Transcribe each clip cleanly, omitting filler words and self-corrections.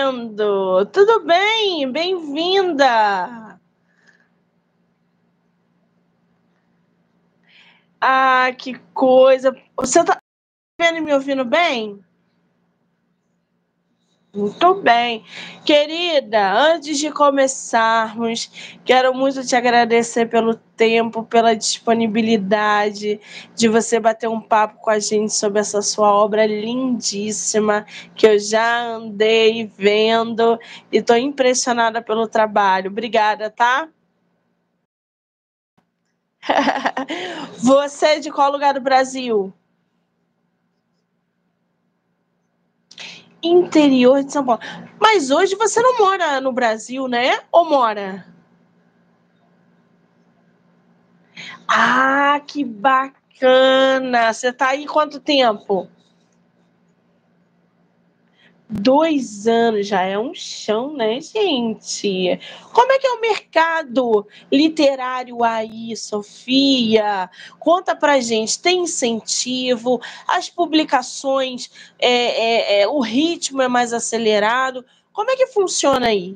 vendo? Tudo bem? Bem-vinda! Ah, que coisa! Você tá vendo e me ouvindo bem? Muito bem. Querida, antes de começarmos, quero muito te agradecer pelo tempo, pela disponibilidade de você bater um papo com a gente sobre essa sua obra lindíssima, que eu já andei vendo e estou impressionada pelo trabalho. Obrigada, tá? Você é de qual lugar do Brasil? Interior de São Paulo. Mas hoje você não mora no Brasil, né? Ou mora? Ah, que bacana! Você tá aí quanto tempo? 2 anos, já é um chão, né, gente? Como é que é o mercado literário aí, Sofia? Conta pra gente, tem incentivo? As publicações, o ritmo é mais acelerado? Como é que funciona aí?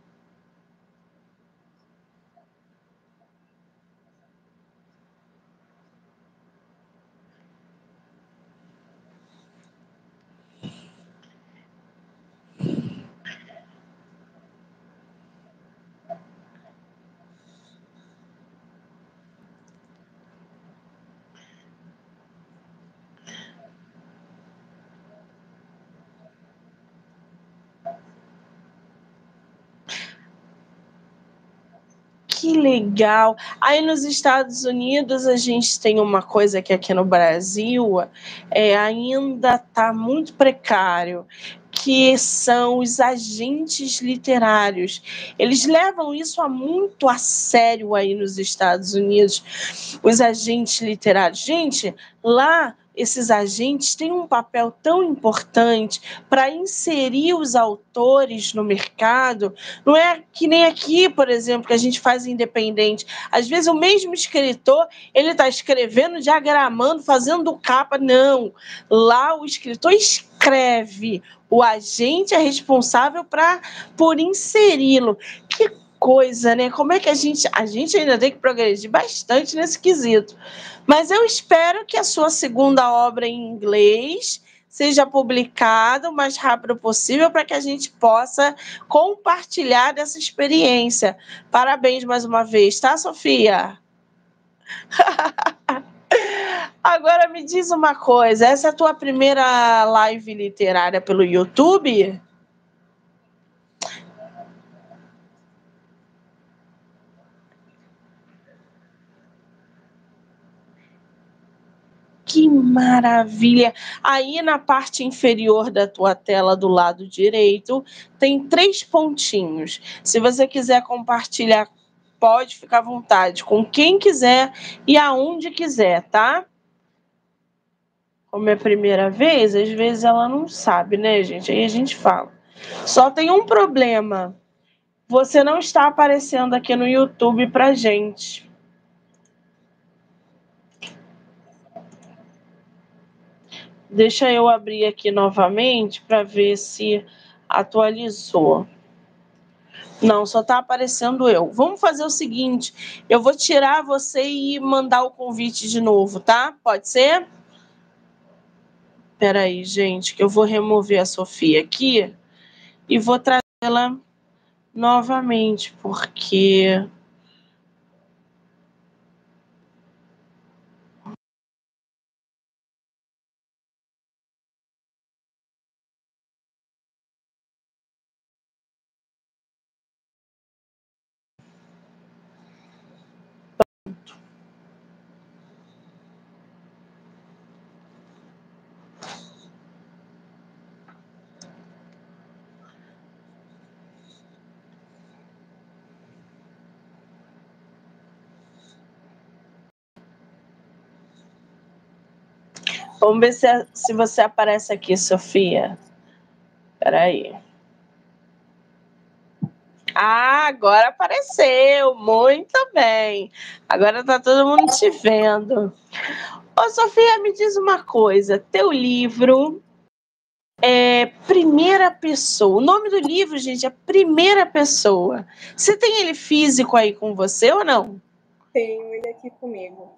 Que legal! Aí nos Estados Unidos a gente tem uma coisa que aqui no Brasil ainda está muito precário, que são os agentes literários. Eles levam isso muito a sério aí nos Estados Unidos, os agentes literários. Gente, lá esses agentes têm um papel tão importante para inserir os autores no mercado. Não é que nem aqui, por exemplo, que a gente faz independente. Às vezes o mesmo escritor, ele está escrevendo, diagramando, fazendo capa. Não. Lá o escritor escreve. O agente é responsável por inseri-lo. Que coisa, né? Como é que a gente ainda tem que progredir bastante nesse quesito. Mas eu espero que a sua segunda obra em inglês seja publicada o mais rápido possível para que a gente possa compartilhar dessa experiência. Parabéns mais uma vez, tá, Sofia? Agora me diz uma coisa, essa é a tua primeira live literária pelo YouTube? Que maravilha! Aí na parte inferior da tua tela, do lado direito, tem 3 pontinhos. Se você quiser compartilhar, pode ficar à vontade, com quem quiser e aonde quiser, tá? Como é a primeira vez, às vezes ela não sabe, né, gente? Aí a gente fala. Só tem um problema. Você não está aparecendo aqui no YouTube pra gente. Deixa eu abrir aqui novamente para ver se atualizou. Não, só está aparecendo eu. Vamos fazer o seguinte, eu vou tirar você e mandar o convite de novo, tá? Pode ser? Espera aí, gente, que eu vou remover a Sofia aqui e vou trazê-la novamente, porque vamos ver se você aparece aqui, Sofia. Espera aí. Ah, agora apareceu, muito bem. Agora tá todo mundo te vendo. Ô, Sofia, me diz uma coisa, teu livro Primeira pessoa. O nome do livro, gente, é Primeira Pessoa. Você tem ele físico aí com você ou não? Tenho ele aqui comigo.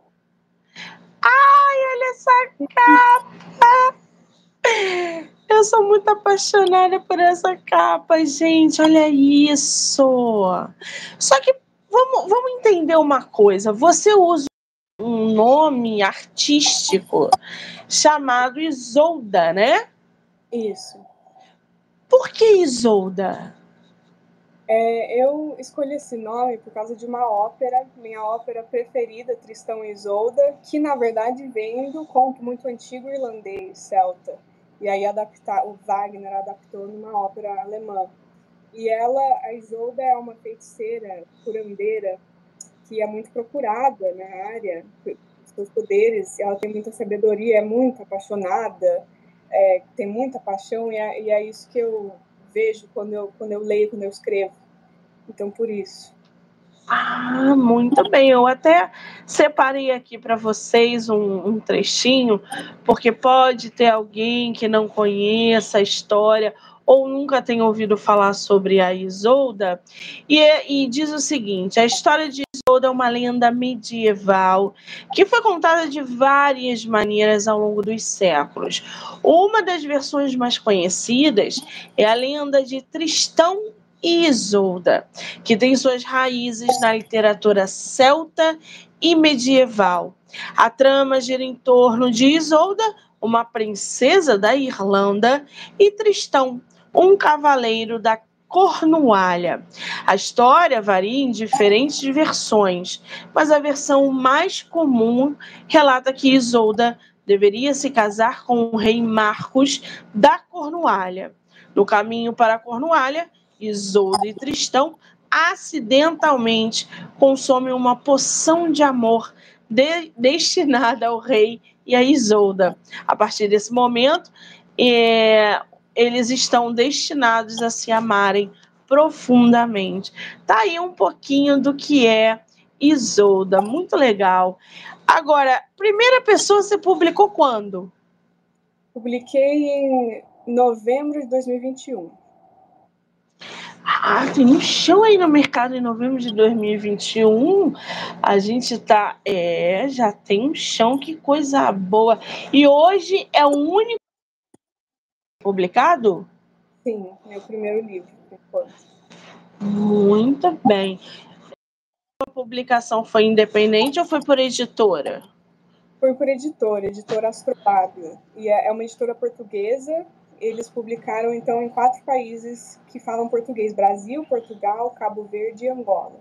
Ai, olha essa capa! Eu sou muito apaixonada por essa capa, gente. Olha isso. Só que vamos entender uma coisa. Você usa um nome artístico chamado Isolda, né? Isso. Por que Isolda? Eu escolhi esse nome por causa de uma ópera, minha ópera preferida, Tristão e Isolda, que na verdade vem do conto muito antigo irlandês, celta. E aí o Wagner adaptou numa ópera alemã. E a Isolda, é uma feiticeira curandeira que é muito procurada na área, seus poderes, ela tem muita sabedoria, é muito apaixonada, tem muita paixão, e é isso que eu vejo quando eu leio, quando eu escrevo. Então, por isso. Ah, muito bem. Eu até separei aqui para vocês um trechinho, porque pode ter alguém que não conheça a história ou nunca tenha ouvido falar sobre a Isolda. E diz o seguinte: a história de Isolda é uma lenda medieval que foi contada de várias maneiras ao longo dos séculos. Uma das versões mais conhecidas é a lenda de Tristão e Isolda, que tem suas raízes na literatura celta e medieval. A trama gira em torno de Isolda, uma princesa da Irlanda, e Tristão, um cavaleiro da Cornualha. A história varia em diferentes versões, mas a versão mais comum relata que Isolda deveria se casar com o rei Marcos da Cornualha. No caminho para a Cornualha, Isolda e Tristão acidentalmente consomem uma poção de amor destinada ao rei e a Isolda. A partir desse momento, eles estão destinados a se amarem profundamente. Tá aí um pouquinho do que é Isolda, muito legal. Agora, primeira pessoa você publicou quando? Publiquei em novembro de 2021. Ah, tem um show aí no mercado em novembro de 2021. A gente tá. Já tem um chão, que coisa boa. E hoje é o único publicado? Sim, meu primeiro livro, por enquanto. Muito bem. A publicação foi independente ou foi por editora? Foi por editora Astrolábio. E é uma editora portuguesa. Eles publicaram, então, em 4 países que falam português: Brasil, Portugal, Cabo Verde e Angola.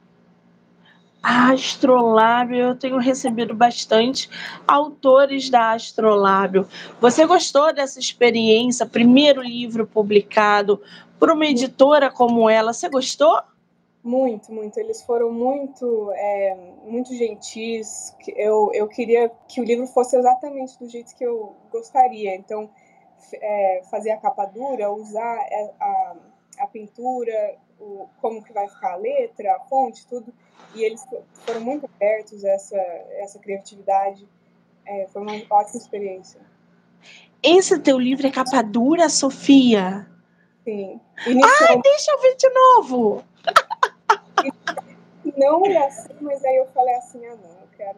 Astrolábio, eu tenho recebido bastante autores da Astrolábio. Você gostou dessa experiência? Primeiro livro publicado por uma editora como ela, você gostou? Muito, muito. Eles foram muito gentis. Eu queria que o livro fosse exatamente do jeito que eu gostaria. Então, fazer a capa dura, usar a pintura, como que vai ficar a letra, a fonte, tudo. E eles foram muito abertos a essa criatividade. Foi uma ótima experiência. Esse teu livro é capa dura, Sofia? Sim. Ai, deixa eu ver de novo. Não é assim, mas aí eu falei assim, não, eu quero.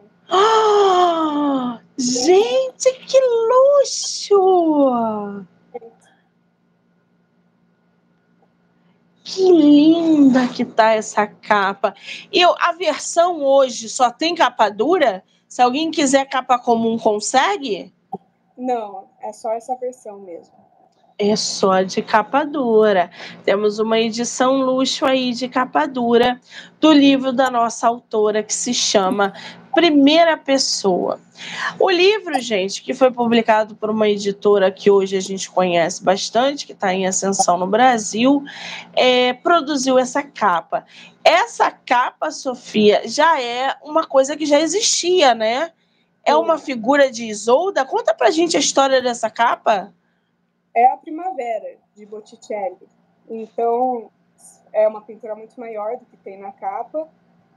Gente, que luxo! Que linda que tá essa capa. A versão hoje só tem capa dura? Se alguém quiser capa comum, consegue? Não, é só essa versão mesmo. É só de capa dura. Temos uma edição luxo aí de capa dura do livro da nossa autora, que se chama Primeira Pessoa. O livro, gente, que foi publicado por uma editora que hoje a gente conhece bastante, que está em ascensão no Brasil, produziu essa capa. Essa capa, Sofia, já é uma coisa que já existia, né? É uma figura de Isolda. Conta pra gente a história dessa capa. É a Primavera, de Botticelli. Então, é uma pintura muito maior do que tem na capa.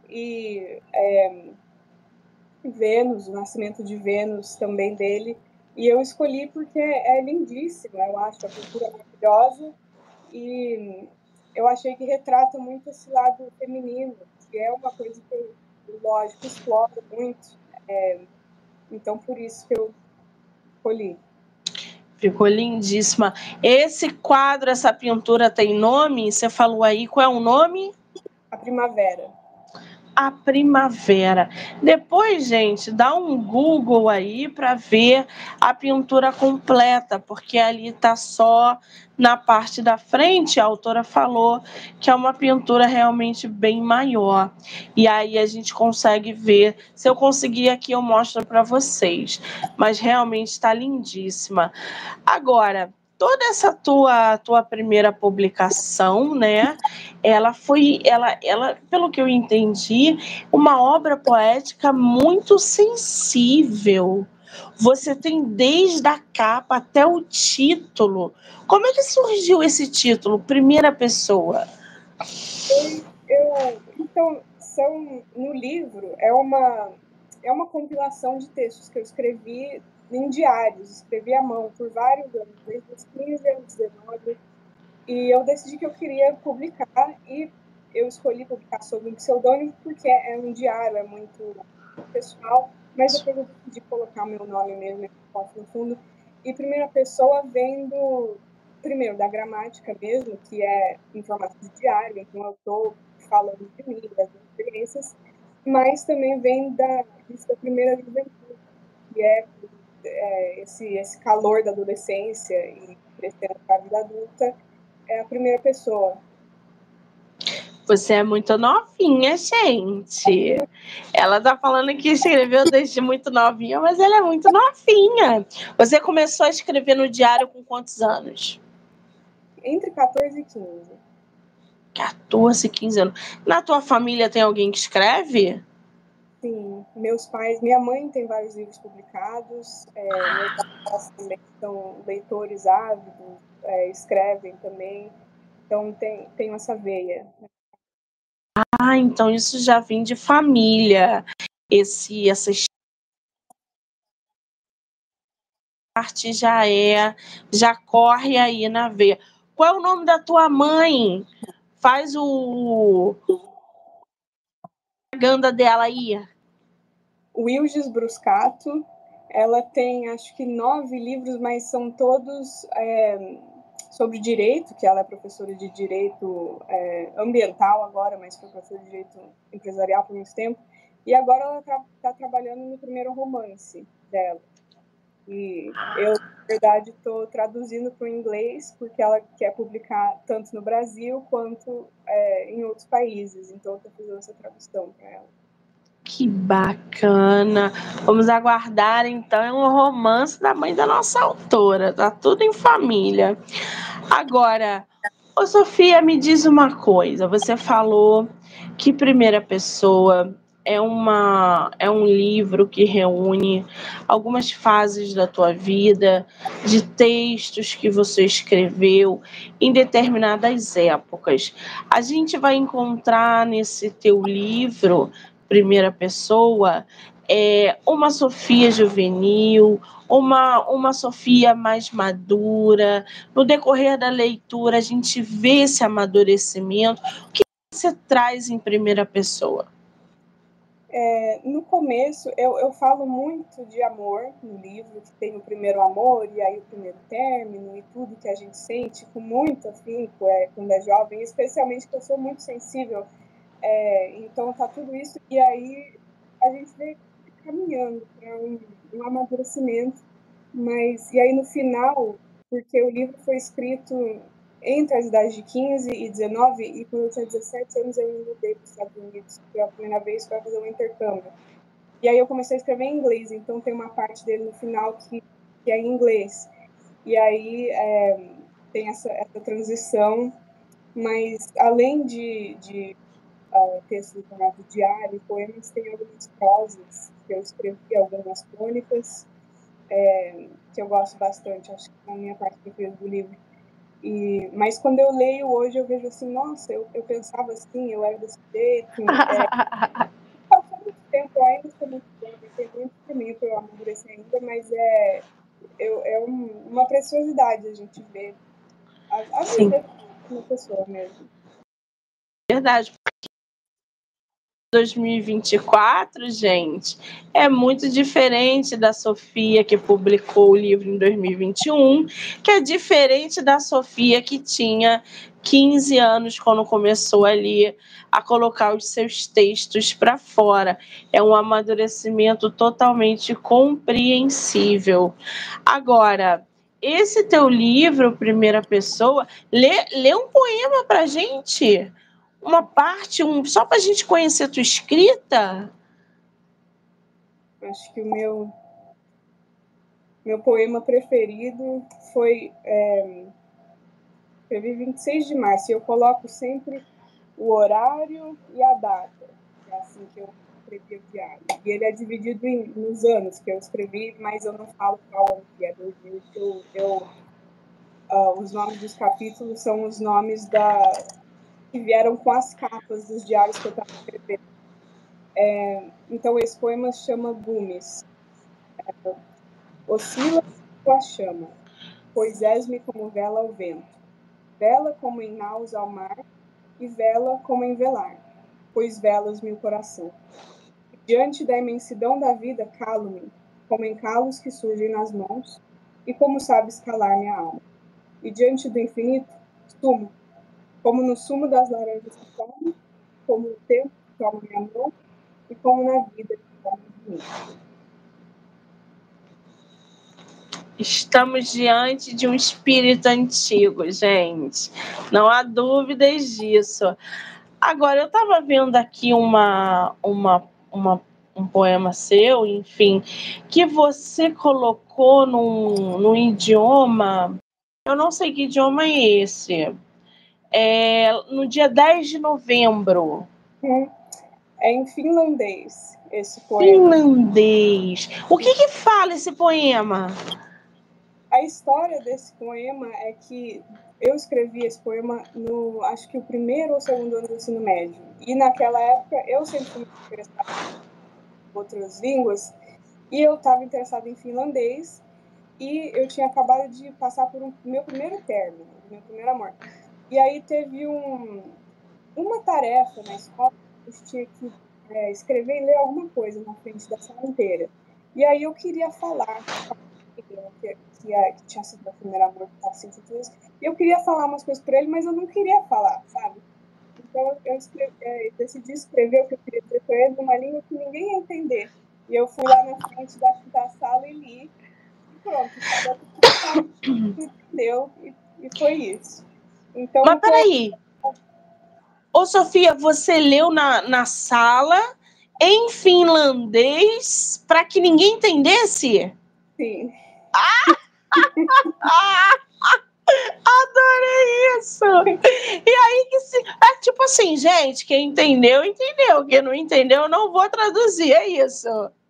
E Vênus, o nascimento de Vênus também dele, E eu escolhi porque é lindíssima, eu acho a pintura maravilhosa, e eu achei que retrata muito esse lado feminino, que é uma coisa que eu, lógico, exploro muito. Então, por isso que eu escolhi. Ficou lindíssima. Esse quadro, essa pintura tem nome? Você falou aí, qual é o nome? A Primavera. A Primavera. Depois, gente, dá um Google aí para ver a pintura completa, porque ali está só na parte da frente. A autora falou que é uma pintura realmente bem maior. E aí a gente consegue ver. Se eu conseguir aqui, eu mostro para vocês. Mas realmente está lindíssima. Agora, toda essa tua primeira publicação, né? Ela, pelo que eu entendi, uma obra poética muito sensível. Você tem desde a capa até o título. Como é que surgiu esse título, Primeira Pessoa? Então, no livro, é uma compilação de textos que eu escrevi em diários, escrevi à mão por vários anos, desde os 15 aos 19, e eu decidi que eu queria publicar, e eu escolhi publicar sob um pseudônimo porque é um diário, é muito pessoal, mas depois eu decidi colocar meu nome mesmo no fundo. E primeira pessoa vem primeiro, da gramática mesmo, que é em formato de diário, então eu estou falando de mim, das minhas experiências, mas também vem da primeira juventude, que é esse calor da adolescência e crescendo para a vida adulta, é a primeira pessoa. Você é muito novinha, gente. Ela tá falando que escreveu desde muito novinha, mas ela é muito novinha. Você começou a escrever no diário com quantos anos? Entre 14 e 15. 14, 15 anos. Na tua família tem alguém que escreve? Sim, meus pais, minha mãe tem vários livros publicados, meus pais também são leitores ávidos, escrevem também, então tem essa veia. Ah, então isso já vem de família. Essa parte já corre aí na veia. Qual é o nome da tua mãe? Faz propaganda dela aí. Wilges Bruscato, ela tem acho que 9 livros, mas são todos sobre direito, que ela é professora de direito ambiental agora, mas foi professora de direito empresarial por muito tempo. E agora ela está trabalhando no primeiro romance dela. E eu, na verdade, estou traduzindo para o inglês, porque ela quer publicar tanto no Brasil quanto em outros países. Então, estou fazendo essa tradução para ela. Que bacana. Vamos aguardar, então, um romance da mãe da nossa autora. Tá tudo em família. Agora, ô Sofia, me diz uma coisa. Você falou que Primeira Pessoa é um livro que reúne algumas fases da tua vida, de textos que você escreveu em determinadas épocas. A gente vai encontrar nesse teu livro, Primeira Pessoa, uma Sofia juvenil, uma Sofia mais madura. No decorrer da leitura, a gente vê esse amadurecimento. O que você traz em primeira pessoa? No começo, eu falo muito de amor no livro, que tem o primeiro amor e aí o primeiro término e tudo que a gente sente com muito afinco quando é jovem, especialmente que eu sou muito sensível. Então, tá tudo isso. E aí a gente vem caminhando para um amadurecimento. E aí no final, porque o livro foi escrito entre as idades de 15 e 19, e quando eu tinha 17 anos eu me mudei para os Estados Unidos pela primeira vez para fazer um intercâmbio. E aí eu comecei a escrever em inglês, então tem uma parte dele no final que é em inglês. E aí tem essa transição, mas além de textos em formato diário, poemas, tem algumas prosas que eu escrevi, algumas crônicas, que eu gosto bastante, acho que é a minha parte preferida do livro. Mas quando eu leio hoje, eu vejo assim, nossa, eu pensava assim, eu era desse jeito. Passou muito tempo, eu ainda sou muito jovem, tem muito caminho para eu amadurecer ainda, mas uma preciosidade a gente ver a vida de uma pessoa mesmo. Verdade. 2024, gente, é muito diferente da Sofia que publicou o livro em 2021, que é diferente da Sofia que tinha 15 anos quando começou ali a colocar os seus textos para fora. É um amadurecimento totalmente compreensível. Agora, esse teu livro, Primeira Pessoa, lê um poema para gente. Uma parte, só para a gente conhecer a tua escrita? Acho que o meu poema preferido foi escrevi 26 de março, e eu coloco sempre o horário e a data. É assim que eu escrevi o diário. E ele é dividido nos anos que eu escrevi, mas eu não falo qual ano que é. Os nomes dos capítulos são os nomes que vieram com as capas dos diários que eu estava escrevendo. Então, esse poema se chama Gumes. Oscila a chama, pois és-me como vela ao vento. Vela como em naus ao mar, e vela como em velar, pois velas-me o coração. Diante da imensidão da vida, calo-me, como em calos que surgem nas mãos, e como sabes calar minha alma. E diante do infinito, sumo, como no sumo das laranjas que tomo, como o tempo que toma minha mão, e como na vida que toma de mim. Estamos diante de um espírito antigo, gente. Não há dúvidas disso. Agora, eu estava vendo aqui um poema seu, enfim, que você colocou num idioma, eu não sei que idioma é esse, no dia 10 de novembro. É em finlandês, esse poema. Finlandês. O que fala esse poema? A história desse poema é que eu escrevi esse poema no, acho que o primeiro ou segundo ano do ensino médio. E naquela época eu sempre fui interessada em outras línguas e eu estava interessada em finlandês e eu tinha acabado de passar por meu primeiro término, meu primeiro amor. E aí teve uma tarefa na escola que a gente tinha que escrever e ler alguma coisa na frente da sala inteira. E aí eu queria falar que tinha sido meu primeiro amor, que estava sentindo isso. E eu queria falar umas coisas para ele, mas eu não queria falar, sabe? Então eu decidi escrever o que eu queria dizer para ele numa língua que ninguém ia entender. E eu fui lá na frente da sala e li. E pronto, entendeu? E foi isso. Então, mas peraí. Ô, Sofia, você leu na sala em finlandês para que ninguém entendesse? Sim. Adorei isso! E aí tipo assim, gente, quem entendeu, entendeu. Quem não entendeu, eu não vou traduzir, é isso.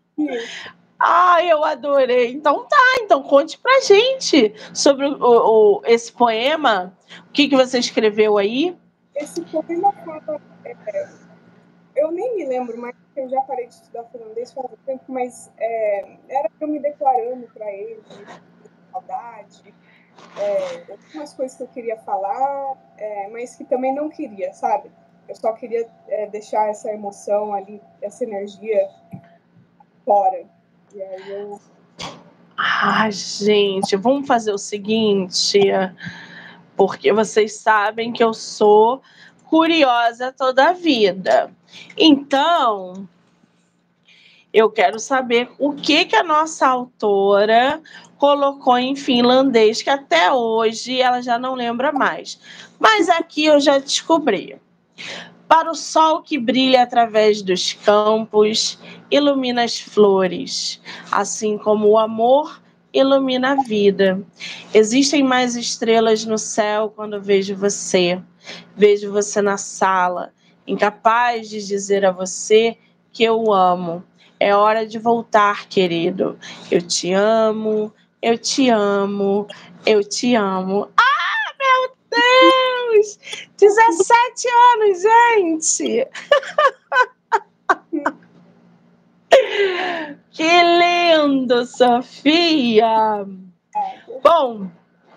Eu adorei. Então então conte pra gente sobre esse poema. O que você escreveu aí? Esse poema fala... eu nem me lembro mais, porque eu já parei de estudar finlandês faz um tempo, mas era eu me declarando para ele, saudade, algumas coisas que eu queria falar, mas que também não queria, sabe? Eu só queria deixar essa emoção ali, essa energia fora. E aí eu... gente, vamos fazer o seguinte, porque vocês sabem que eu sou curiosa toda a vida. Então, eu quero saber o que a nossa autora colocou em finlandês, que até hoje ela já não lembra mais. Mas aqui eu já descobri. Para o sol que brilha através dos campos, ilumina as flores, assim como o amor ilumina a vida. Existem mais estrelas no céu quando vejo você. Vejo você na sala, incapaz de dizer a você que eu o amo. É hora de voltar, querido. Eu te amo, eu te amo, eu te amo. Meu Deus! 17 anos, gente! Que lindo, Sofia! Bom,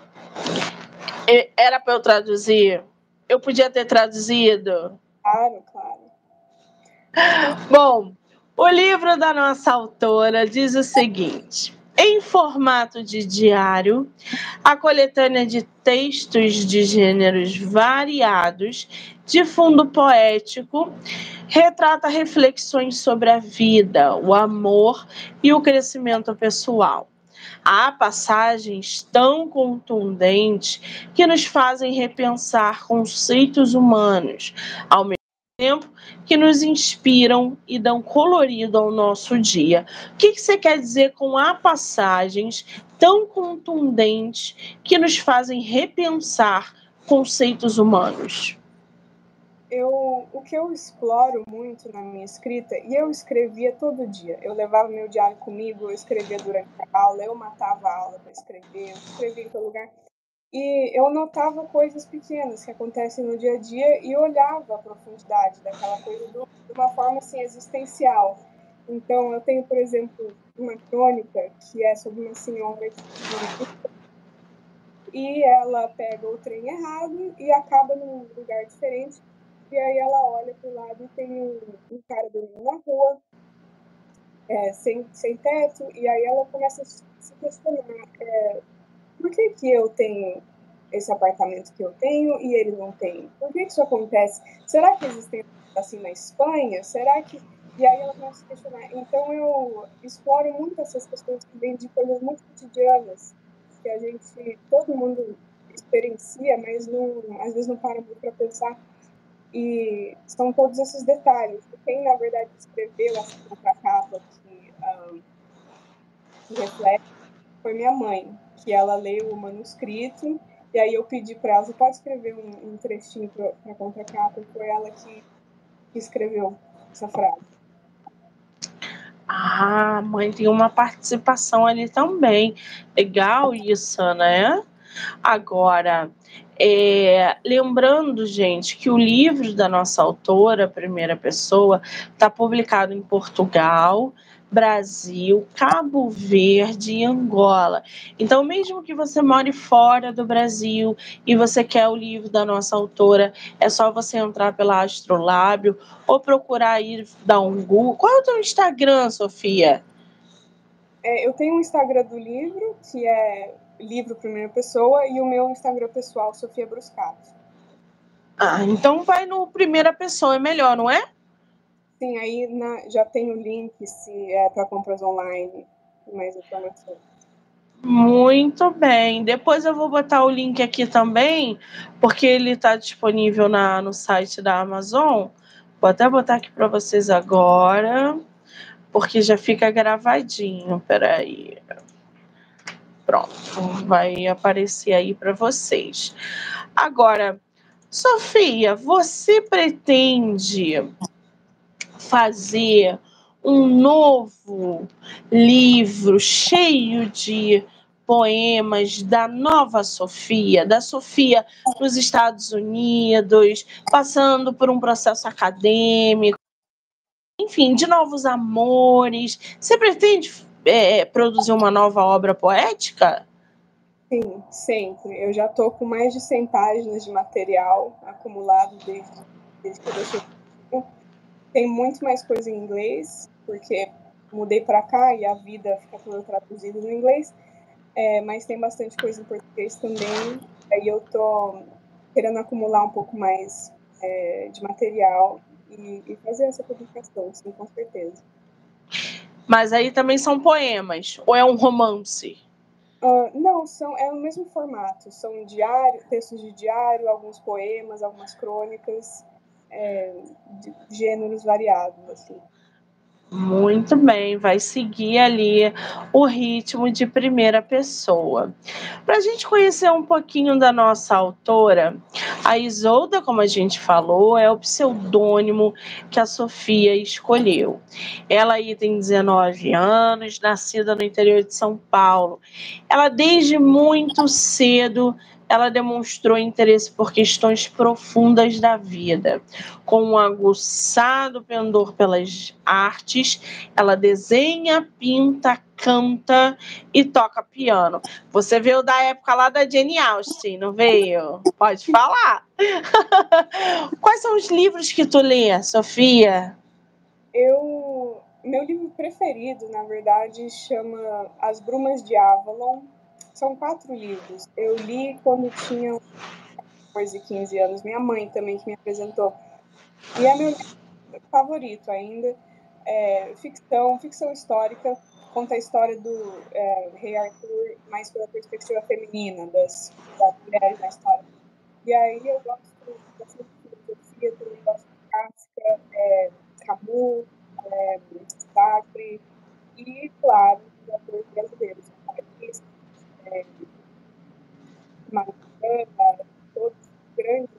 era para eu traduzir? Eu podia ter traduzido? Claro, claro. Bom, o livro da nossa autora diz o seguinte: em formato de diário, a coletânea de textos de gêneros variados, de fundo poético, retrata reflexões sobre a vida, o amor e o crescimento pessoal. Há passagens tão contundentes que nos fazem repensar conceitos humanos, ao mesmo tempo que nos inspiram e dão colorido ao nosso dia. O que você quer dizer com há passagens tão contundentes que nos fazem repensar conceitos humanos? O que eu exploro muito na minha escrita, e eu escrevia todo dia, eu levava meu diário comigo, eu escrevia durante a aula, eu matava a aula para escrever, eu escrevia em todo lugar, e eu notava coisas pequenas que acontecem no dia a dia e olhava a profundidade daquela coisa de uma forma assim, existencial. Então, eu tenho, por exemplo, uma crônica que é sobre uma senhora que e ela pega o trem errado e acaba num lugar diferente. E aí ela olha para o lado e tem um cara dormindo na rua, sem teto, e aí ela começa a se questionar, por que eu tenho esse apartamento que eu tenho e ele não tem? Por que isso acontece? Será que existem assim na Espanha? Será que... E aí ela começa a se questionar. Então eu exploro muito essas questões que vêm de coisas muito cotidianas, que a gente, todo mundo experiencia, mas não, às vezes não para muito para pensar. E são todos esses detalhes. E quem, na verdade, escreveu essa contracapa que reflete foi minha mãe, que ela leu o manuscrito, e aí eu pedi para ela, você pode escrever um trechinho para a contracapa, e foi ela que escreveu essa frase. Ah, mãe tem uma participação ali também. Legal isso, né? Agora, lembrando, gente, que o livro da nossa autora, Primeira Pessoa, está publicado em Portugal, Brasil, Cabo Verde e Angola. Então, mesmo que você more fora do Brasil e você quer o livro da nossa autora, é só você entrar pela Astrolábio ou procurar ir dar um Google. Qual é o teu Instagram, Sofia? Eu tenho um Instagram do livro, que é Livro Primeira Pessoa, e o meu Instagram pessoal, Sofia Bruscato. Ah, então vai no Primeira Pessoa, é melhor, não é? Sim, aí já tem o link se é para compras online, mais informações. Muito bem. Depois eu vou botar o link aqui também, porque ele está disponível no site da Amazon. Vou até botar aqui para vocês agora, porque já fica gravadinho. Peraí. Pronto, vai aparecer aí para vocês. Agora, Sofia, você pretende fazer um novo livro cheio de poemas da nova Sofia, da Sofia nos Estados Unidos, passando por um processo acadêmico, enfim, de novos amores? Você pretende produzir uma nova obra poética? Sim, sempre. Eu já estou com mais de 100 páginas de material acumulado desde que eu deixei. Tem muito mais coisa em inglês, porque mudei para cá e a vida fica toda traduzida no inglês, mas tem bastante coisa em português também. Aí eu estou querendo acumular um pouco mais de material e fazer essa publicação, sim, com certeza. Mas aí também são poemas, ou é um romance? Não, é o mesmo formato. São textos de diário, alguns poemas, algumas crônicas, de gêneros variados, assim. Muito bem, vai seguir ali o ritmo de primeira pessoa. Para a gente conhecer um pouquinho da nossa autora, a Isolda, como a gente falou, é o pseudônimo que a Sofia escolheu. Ela aí tem 19 anos, nascida no interior de São Paulo. Ela desde muito cedo ela demonstrou interesse por questões profundas da vida. Com um aguçado pendor pelas artes, ela desenha, pinta, canta e toca piano. Você veio da época lá da Jane Austen, não veio? Pode falar. Quais são os livros que tu lê, Sofia? Meu livro preferido, na verdade, chama As Brumas de Avalon. São 4 livros. Eu li quando tinha 14, 15 anos. Minha mãe também que me apresentou. E é meu livro favorito ainda. Ficção histórica. Conta a história do Rei Arthur, mais pela perspectiva feminina das mulheres na história. E aí eu gosto bastante de filosofia, também gosto de Kafka, Camus, Sartre e, claro, os atores brasileiros. Mariana, todos grandes,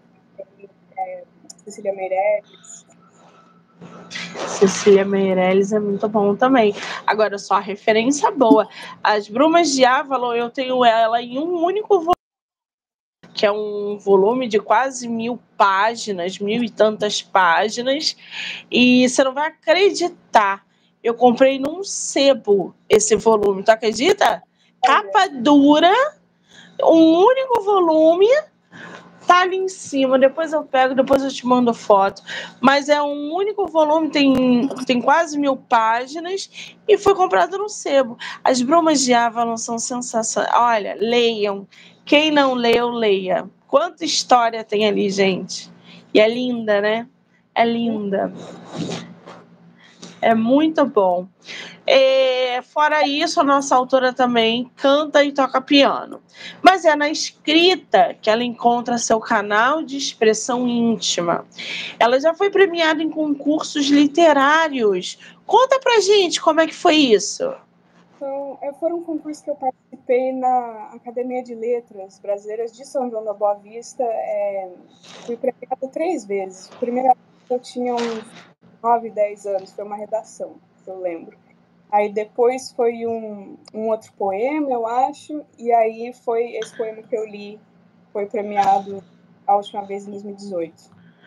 Cecília Meirelles. Cecília Meirelles é muito bom também. Agora, só a referência boa. As Brumas de Avalon, eu tenho ela em um único volume, que é um volume de quase 1000 páginas, 1000 e tantas páginas, e você não vai acreditar, eu comprei num sebo esse volume, tu acredita? Capa dura, um único volume, tá ali em cima, depois eu pego, depois eu te mando foto, mas é um único volume, tem quase 1000 páginas e foi comprado no sebo. As Brumas de Avalon são sensacionais. Olha, leiam. Quem não leu, leia. Quanta história tem ali, gente. E é linda, né? É linda. É muito bom. Fora isso, a nossa autora também canta e toca piano. Mas é na escrita que ela encontra seu canal de expressão íntima. Ela já foi premiada em concursos literários. Conta pra gente como é que foi isso. Então, foram um concurso que eu participei na Academia de Letras Brasileiras de São João da Boa Vista. Fui premiada 3 vezes. Primeira vez eu tinha uns 9, 10 anos, foi uma redação, eu lembro. Aí depois foi um outro poema, eu acho, e aí foi esse poema que eu li, foi premiado a última vez em 2018.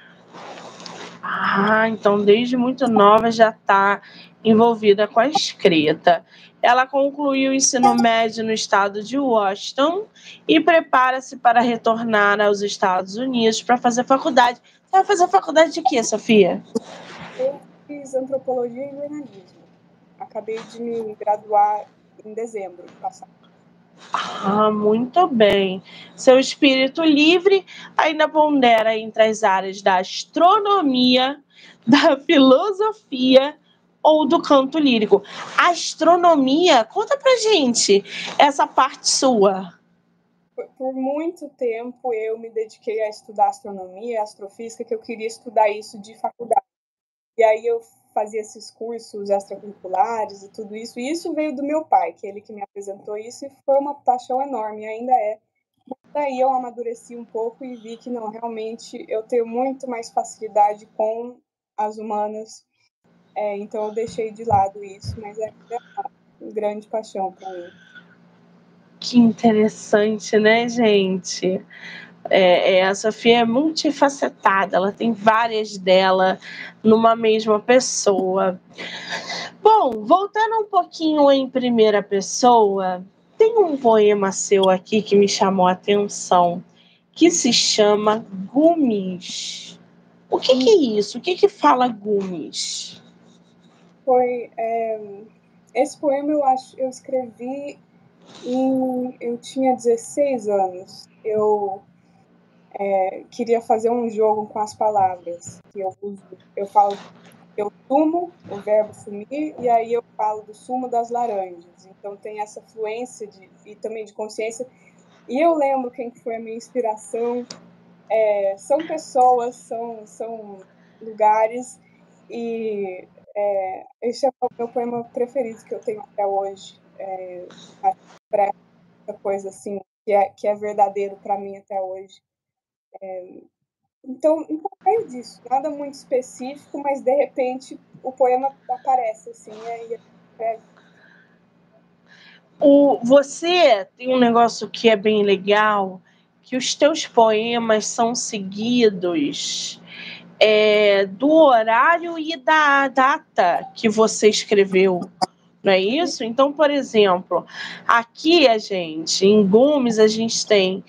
Então desde muito nova já está envolvida com a escrita. Ela concluiu o ensino médio no estado de Washington e prepara-se para retornar aos Estados Unidos para fazer faculdade. Você vai fazer faculdade de quê, Sofia? Eu fiz antropologia e jornalismo. Acabei de me graduar em dezembro passado. Muito bem. Seu espírito livre ainda pondera entre as áreas da astronomia, da filosofia ou do canto lírico. Astronomia, conta pra gente essa parte sua. Por muito tempo eu me dediquei a estudar astronomia, astrofísica, que eu queria estudar isso de faculdade. E aí eu fazia esses cursos extracurriculares e tudo isso. E isso veio do meu pai, que é ele que me apresentou isso, e foi uma paixão enorme, ainda é. Daí eu amadureci um pouco e vi que não, realmente eu tenho muito mais facilidade com as humanas. Então eu deixei de lado isso, mas é uma grande paixão para mim. Que interessante, né, gente? A Sofia é multifacetada, ela tem várias dela numa mesma pessoa. Bom, voltando um pouquinho em primeira pessoa, tem um poema seu aqui que me chamou a atenção, que se chama Gumes. O que é isso? O que fala Gumes? Esse poema eu escrevi eu tinha 16 anos. Eu queria fazer um jogo com as palavras que eu uso. Eu sumo o verbo sumir, e aí eu falo do sumo das laranjas. Então tem essa fluência e também de consciência. E eu lembro quem foi a minha inspiração. São pessoas, são lugares, e esse é o meu poema preferido que eu tenho até hoje. Para essa coisa assim, que é verdadeiro para mim até hoje. Então é disso, nada muito específico, mas de repente o poema aparece assim, e aí Você tem um negócio que é bem legal, que os teus poemas são seguidos do horário e da data que você escreveu, não é isso? Então, por exemplo, aqui em Gomes, a gente tem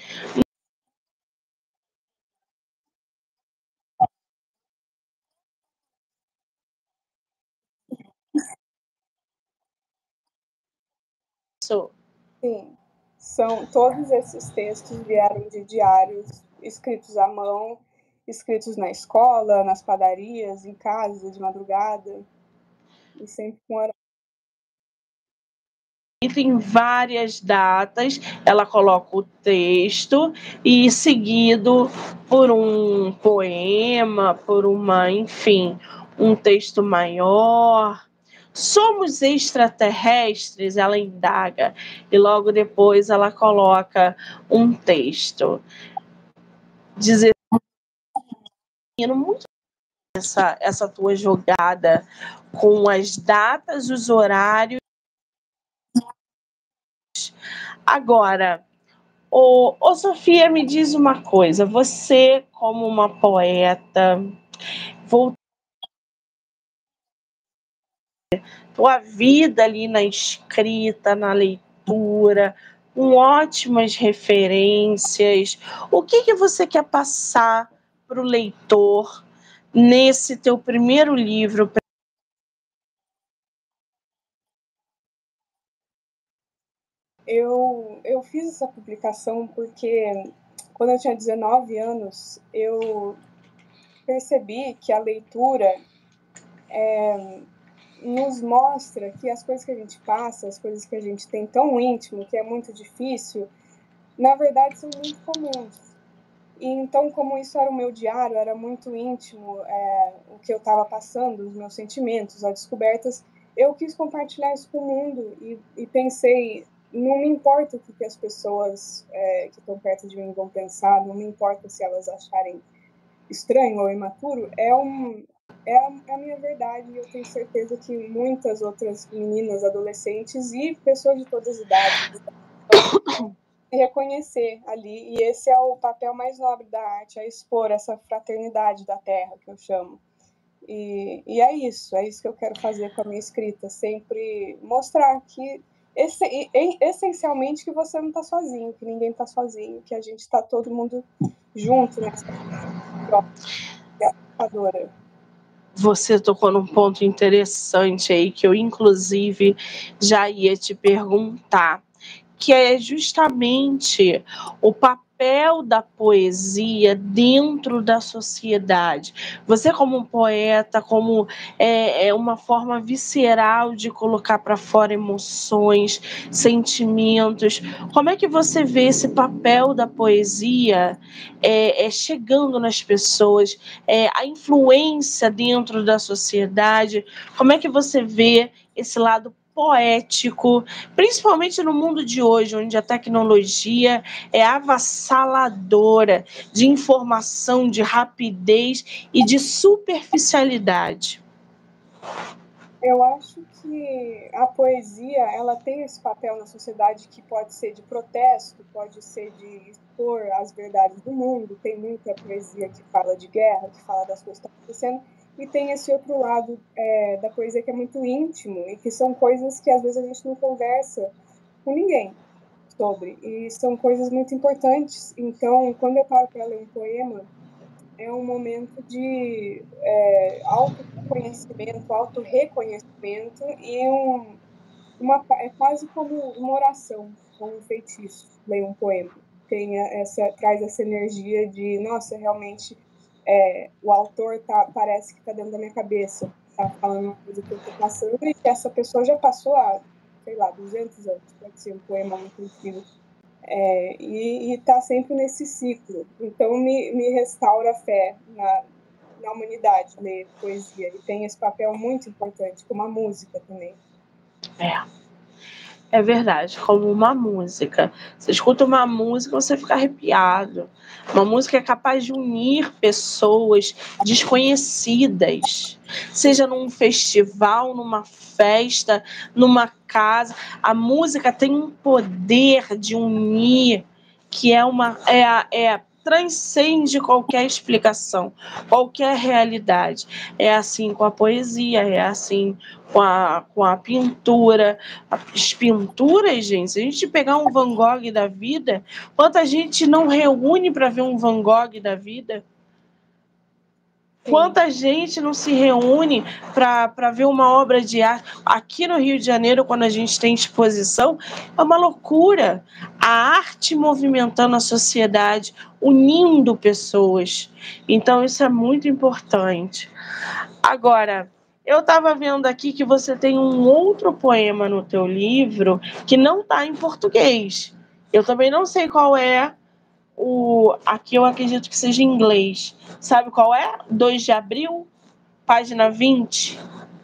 isso. Sim, todos esses textos vieram de diários escritos à mão, escritos na escola, nas padarias, em casa, de madrugada, e sempre com horário. E tem várias datas, ela coloca o texto e seguido por um poema, por enfim, um texto maior. Somos extraterrestres? Ela indaga, e logo depois ela coloca um texto. Dizer muito essa tua jogada com as datas, os horários. Agora, Sofia, me diz uma coisa, você como uma poeta, tua vida ali na escrita, na leitura, com ótimas referências, o que você quer passar para o leitor nesse teu primeiro livro? Eu fiz essa publicação porque, quando eu tinha 19 anos, eu percebi que a leitura nos mostra que as coisas que a gente passa, as coisas que a gente tem tão íntimo, que é muito difícil, na verdade são muito comuns. E então, como isso era o meu diário, era muito íntimo, o que eu estava passando, os meus sentimentos, as descobertas, eu quis compartilhar isso com o mundo e pensei, não me importa o que as pessoas que estão perto de mim vão pensar, não me importa se elas acharem estranho ou imaturo, é a minha verdade, e eu tenho certeza que muitas outras meninas, adolescentes e pessoas de todas as idades vão se reconhecer ali, e esse é o papel mais nobre da arte, é expor essa fraternidade da terra, que eu chamo. E é isso que eu quero fazer com a minha escrita, sempre mostrar que, essencialmente, que você não está sozinho, que ninguém está sozinho, que a gente está todo mundo junto nessa adora. Você tocou num ponto interessante aí, que eu, inclusive, já ia te perguntar, que é justamente o papel da poesia dentro da sociedade. Você, como poeta, como uma forma visceral de colocar para fora emoções, sentimentos, como é que você vê esse papel da poesia chegando nas pessoas, a influência dentro da sociedade? Como é que você vê esse lado poético, principalmente no mundo de hoje, onde a tecnologia é avassaladora de informação, de rapidez e de superficialidade? Eu acho que a poesia, ela tem esse papel na sociedade, que pode ser de protesto, pode ser de expor as verdades do mundo. Tem muita poesia que fala de guerra, que fala das coisas que estão acontecendo, e tem esse outro lado da poesia que é muito íntimo, e que são coisas que às vezes a gente não conversa com ninguém sobre, e são coisas muito importantes. Então, quando eu paro para ler um poema, é um momento de autoconhecimento, autorreconhecimento, e é quase como uma oração, como um feitiço, ler um poema. Traz essa energia de, nossa, realmente, o autor parece que está dentro da minha cabeça, está falando uma coisa que eu estou passando, e que essa pessoa já passou há, sei lá, 200 anos, pode ser um poema muito antigo. E está sempre nesse ciclo. Então, me restaura a fé na humanidade, ler poesia. E tem esse papel muito importante, como a música também. É verdade, como uma música. Você escuta uma música, você fica arrepiado. Uma música é capaz de unir pessoas desconhecidas, seja num festival, numa festa, numa casa. A música tem um poder de unir que transcende qualquer explicação, qualquer realidade. É assim com a poesia, é assim com a pintura. As pinturas, gente, se a gente pegar um Van Gogh da vida, quanta gente não reúne para ver um Van Gogh da vida? Quanta gente não se reúne para ver uma obra de arte? Aqui no Rio de Janeiro, quando a gente tem exposição, é uma loucura. A arte movimentando a sociedade, unindo pessoas. Então, isso é muito importante. Agora, eu estava vendo aqui que você tem um outro poema no teu livro que não está em português. Eu também não sei qual é. Aqui eu acredito que seja em inglês. Sabe qual é? 2 de abril, página 20.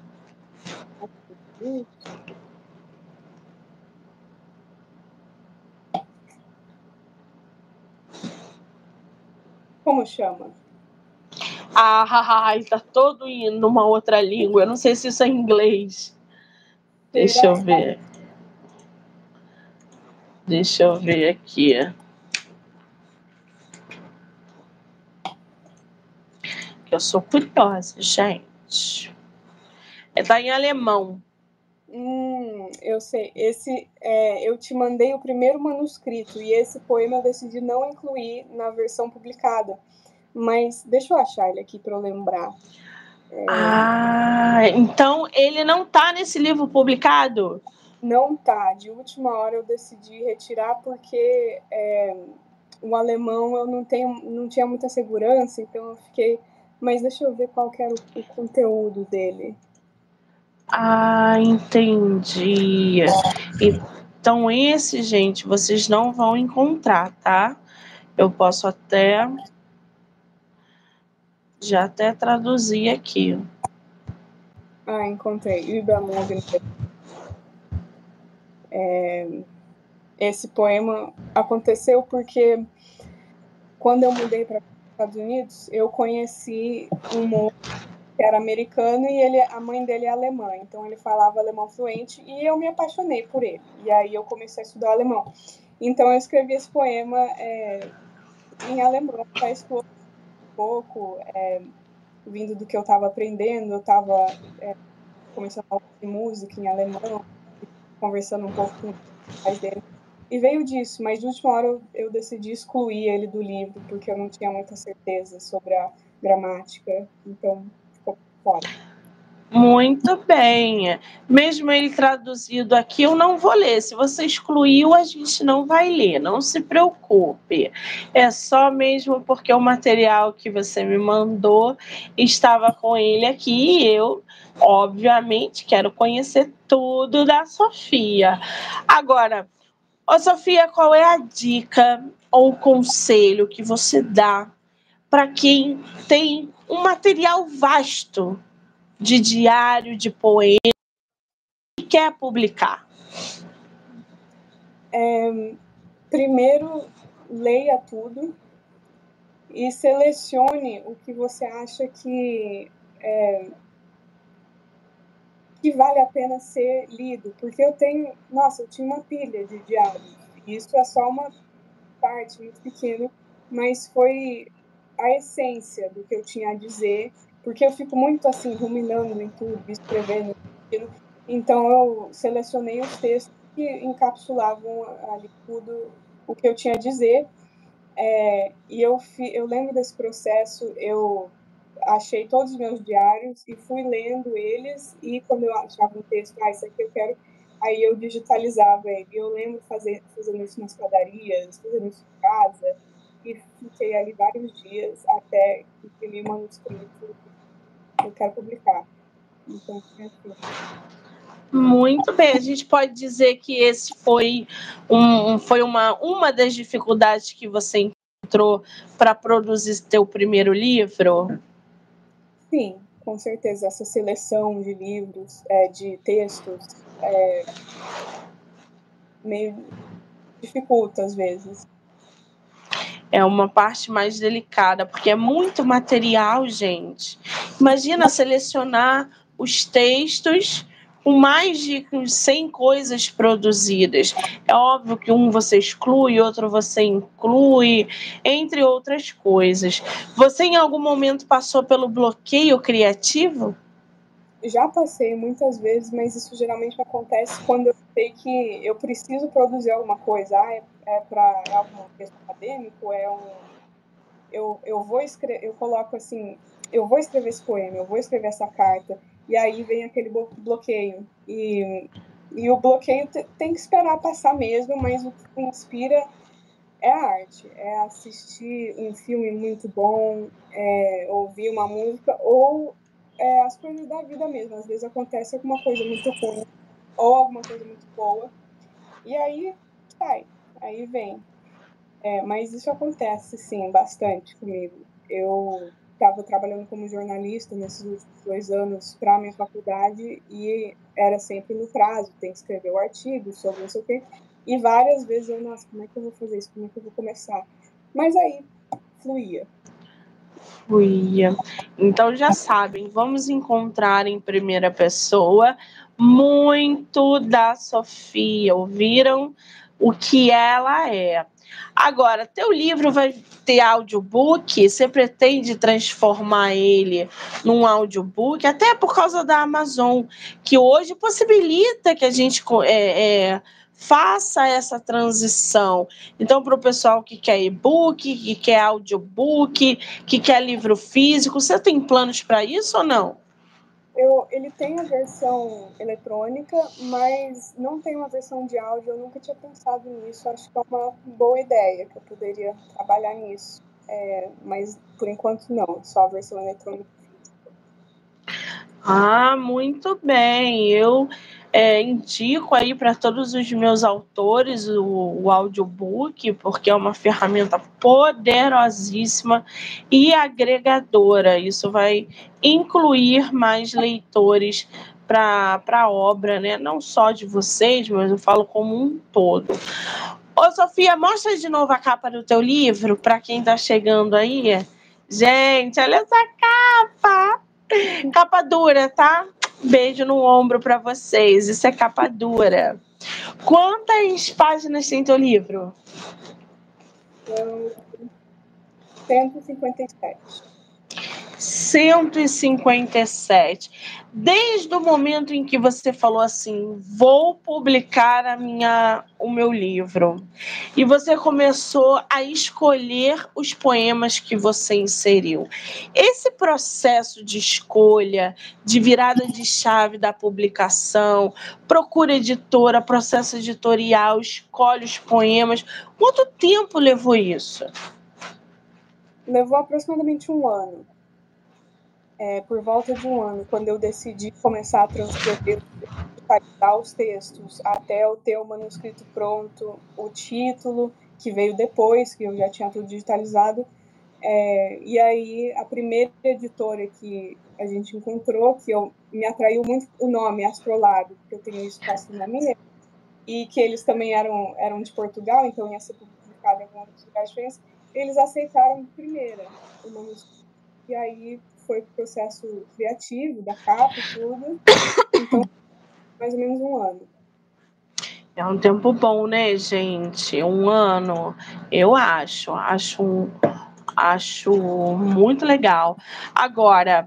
Como chama? Ele tá todo numa outra língua. Eu não sei se isso é em inglês. Deixa eu ver. Deixa eu ver aqui. Eu sou curiosa, gente. Tá em alemão. Eu sei. Eu te mandei o primeiro manuscrito e esse poema eu decidi não incluir na versão publicada. Mas deixa eu achar ele aqui para eu lembrar. Então ele não tá nesse livro publicado? Não tá. De última hora eu decidi retirar porque o alemão eu não tinha muita segurança, então eu fiquei... Mas deixa eu ver qual que era o conteúdo dele. Entendi. Então esse, gente, vocês não vão encontrar, tá? Eu posso já até traduzir aqui. Encontrei. Übermorgen. Esse poema aconteceu porque quando eu mudei para os Estados Unidos, eu conheci um moço que era americano e a mãe dele é alemã, então ele falava alemão fluente e eu me apaixonei por ele. E aí eu comecei a estudar alemão. Então eu escrevi esse poema em alemão para explorar um pouco, vindo do que eu estava aprendendo. Eu estava começando a ouvir música em alemão, conversando um pouco com os pais dele. E veio disso, mas de última hora eu decidi excluir ele do livro, porque eu não tinha muita certeza sobre a gramática, então ficou fora. Muito bem. Mesmo ele traduzido aqui, eu não vou ler. Se você excluiu, a gente não vai ler, não se preocupe. É só mesmo porque o material que você me mandou estava com ele aqui e eu, obviamente, quero conhecer tudo da Sofia. Agora, Sofia, qual é a dica ou conselho que você dá para quem tem um material vasto de diário, de poema, e quer publicar? Primeiro, leia tudo e selecione o que você acha que vale a pena ser lido. Porque eu tinha uma pilha de diários. Isso é só uma parte muito pequena, mas foi a essência do que eu tinha a dizer, porque eu fico muito assim, ruminando em tudo, escrevendo. Então eu selecionei os textos que encapsulavam ali tudo o que eu tinha a dizer. E eu lembro desse processo, eu achei todos os meus diários e fui lendo eles, e quando eu achava um texto, isso aqui eu quero, aí eu digitalizava ele. Eu lembro fazendo isso nas padarias, fazendo isso em casa, e fiquei ali vários dias até imprimir o manuscrito que eu quero publicar. Então, assim. Muito bem, a gente pode dizer que esse foi uma das dificuldades que você encontrou para produzir teu primeiro livro? Sim, com certeza. Essa seleção de livros, de textos, meio dificulta às vezes. É uma parte mais delicada, porque é muito material, gente. Imagina selecionar os textos com mais de 100 coisas produzidas. É óbvio que um você exclui, outro você inclui, entre outras coisas. Você em algum momento passou pelo bloqueio criativo? Já passei muitas vezes, mas isso geralmente acontece quando eu sei que eu preciso produzir alguma coisa. É algum texto acadêmico, eu vou escrever, eu coloco assim, eu vou escrever esse poema, eu vou escrever essa carta, e aí vem aquele bloqueio. E o bloqueio tem que esperar passar mesmo, mas o que me inspira é a arte, é assistir um filme muito bom, ouvir uma música, ou as coisas da vida mesmo. Às vezes acontece alguma coisa muito ruim, ou alguma coisa muito boa, e aí sai, aí vem. Mas isso acontece, sim, bastante comigo. Eu estava trabalhando como jornalista nesses últimos 2 anos para a minha faculdade e era sempre no prazo, tem que escrever o artigo sobre não sei o quê. E várias vezes eu, nossa, como é que eu vou fazer isso? Como é que eu vou começar? Mas aí fluía. Fluía. Então já sabem, vamos encontrar em primeira pessoa muito da Sofia. Ouviram o que ela é? Agora, teu livro vai ter audiobook? Você pretende transformar ele num audiobook? Até por causa da Amazon, que hoje possibilita que a gente faça essa transição. Então, para o pessoal que quer e-book, que quer audiobook, que quer livro físico, você tem planos para isso ou não? Ele tem a versão eletrônica, mas não tem uma versão de áudio. Eu nunca tinha pensado nisso. Acho que é uma boa ideia, que eu poderia trabalhar nisso. Mas, por enquanto, não. Só a versão eletrônica. Ah, muito bem. Eu indico aí para todos os meus autores o audiobook, porque é uma ferramenta poderosíssima e agregadora. Isso vai incluir mais leitores para a obra, né? Não só de vocês, mas eu falo como um todo. Ô, Sofia, mostra de novo a capa do teu livro para quem está chegando aí. Gente, olha essa capa! Capa dura, tá? Beijo no ombro para vocês. Isso é capa dura. Quantas páginas tem teu livro? Então, 157. 157. Desde o momento em que você falou assim, vou publicar o meu livro, e você começou a escolher os poemas que você inseriu. Esse processo de escolha, de virada de chave da publicação, procura editora, processo editorial, escolhe os poemas, quanto tempo levou isso? Levou aproximadamente 1 ano. Por volta de 1 ano, quando eu decidi começar a transcrever, digitalizar os textos, até eu ter o manuscrito pronto, o título, que veio depois, que eu já tinha tudo digitalizado. E aí, a primeira editora que a gente encontrou, me atraiu muito o nome, Astrolabe, porque eu tenho isso com astronomia, e que eles também eram de Portugal, então ia ser publicado em alguns lugares diferentes, eles aceitaram de primeira o manuscrito. E aí foi o processo criativo da capa e tudo. Então, mais ou menos 1 ano. É um tempo bom, né, gente? 1 ano, eu acho muito legal. Agora,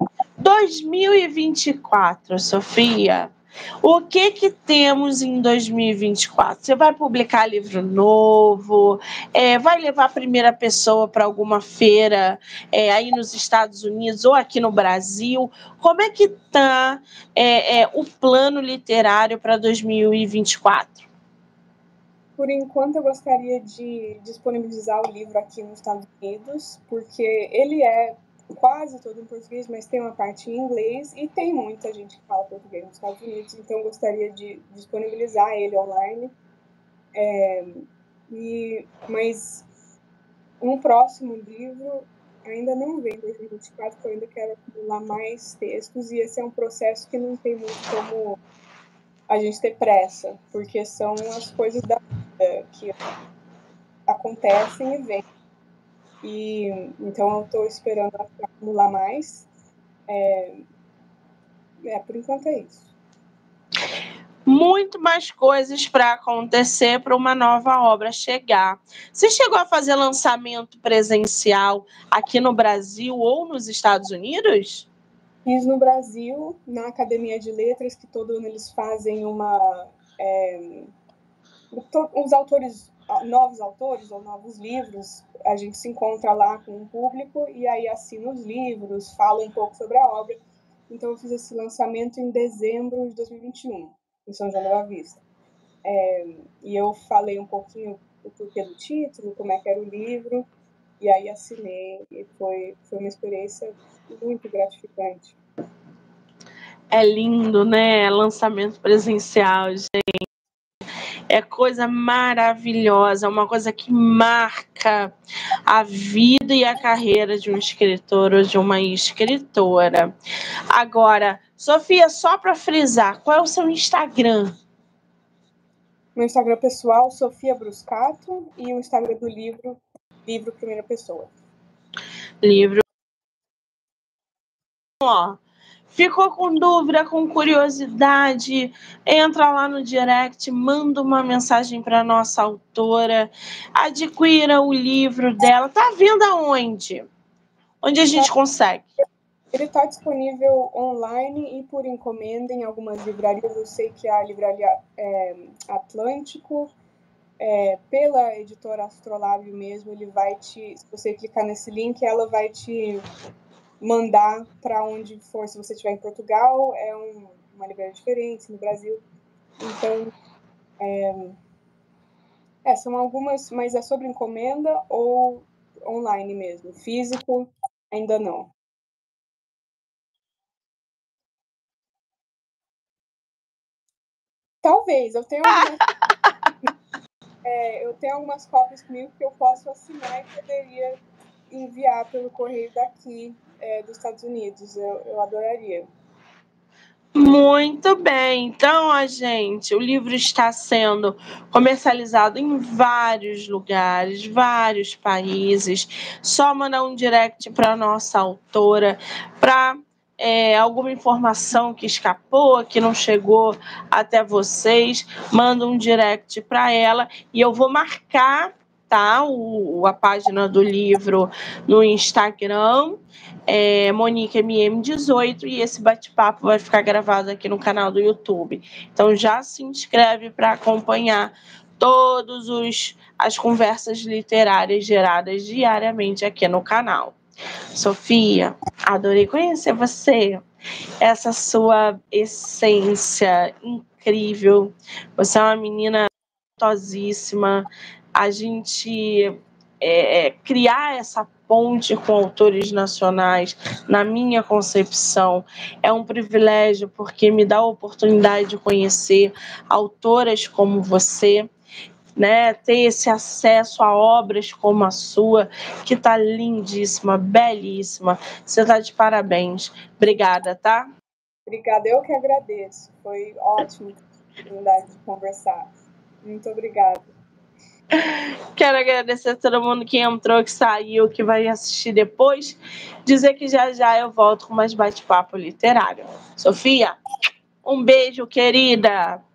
2024, Sofia, o que temos em 2024? Você vai publicar livro novo? Vai levar a primeira pessoa para alguma feira aí nos Estados Unidos ou aqui no Brasil? Como é que está o plano literário para 2024? Por enquanto, eu gostaria de disponibilizar o livro aqui nos Estados Unidos, porque ele é quase todo em português, mas tem uma parte em inglês e tem muita gente que fala português nos Estados Unidos, então eu gostaria de disponibilizar ele online. Mas um próximo livro ainda não vem em 2024, porque eu ainda quero acumular mais textos, e esse é um processo que não tem muito como a gente ter pressa, porque são as coisas da vida que acontecem e vêm. Então eu estou esperando acumular mais. Por enquanto é isso. Muito mais coisas para acontecer para uma nova obra chegar. Você chegou a fazer lançamento presencial aqui no Brasil ou nos Estados Unidos? Fiz no Brasil, na Academia de Letras, que todo ano eles fazem os autores, novos autores ou novos livros, a gente se encontra lá com o público e aí assina os livros, fala um pouco sobre a obra. Então eu fiz esse lançamento em dezembro de 2021, em São João da Boa Vista. E eu falei um pouquinho o porquê do título, como é que era o livro, e aí assinei, e foi uma experiência muito gratificante. É lindo, né? Lançamento presencial, gente. É coisa maravilhosa, uma coisa que marca a vida e a carreira de um escritor ou de uma escritora. Agora, Sofia, só para frisar, qual é o seu Instagram? Meu Instagram pessoal, Sofia Bruscato, e o Instagram do livro Primeira Pessoa. Livro. Ó, ficou com dúvida, com curiosidade, entra lá no direct, manda uma mensagem para nossa autora, adquira o livro dela. Tá vendo aonde? Onde a gente consegue? Ele está disponível online e por encomenda em algumas livrarias. Eu sei que a livraria Atlântico, pela editora Astrolábio mesmo, ele vai se você clicar nesse link, ela vai te mandar para onde for. Se você estiver em Portugal, é uma livraria diferente, no Brasil. Então, são algumas, mas é sobre encomenda ou online mesmo. Físico, ainda não. Talvez, eu tenho algumas cópias comigo que eu posso assinar e poderia enviar pelo correio daqui dos Estados Unidos. Eu adoraria. Muito bem, então, gente, o livro está sendo comercializado em vários lugares, vários países. Só mandar um direct para a nossa autora, para alguma informação que escapou, que não chegou até vocês, manda um direct para ela e eu vou marcar, tá, a página do livro no Instagram. Monique MM18 e esse bate-papo vai ficar gravado aqui no canal do YouTube. Então já se inscreve para acompanhar todas as conversas literárias geradas diariamente aqui no canal. Sofia, adorei conhecer você, essa sua essência incrível. Você é uma menina talentosíssima. A gente criar essa ponte com autores nacionais, na minha concepção, é um privilégio, porque me dá a oportunidade de conhecer autoras como você, né? Ter esse acesso a obras como a sua, que está lindíssima, belíssima. Você está de parabéns. Obrigada, tá? Obrigada, eu que agradeço. Foi ótimo a oportunidade de conversar. Muito obrigada. Quero agradecer a todo mundo que entrou, que saiu, que vai assistir depois. Dizer que já já eu volto com mais bate-papo literário. Sofia, um beijo, querida!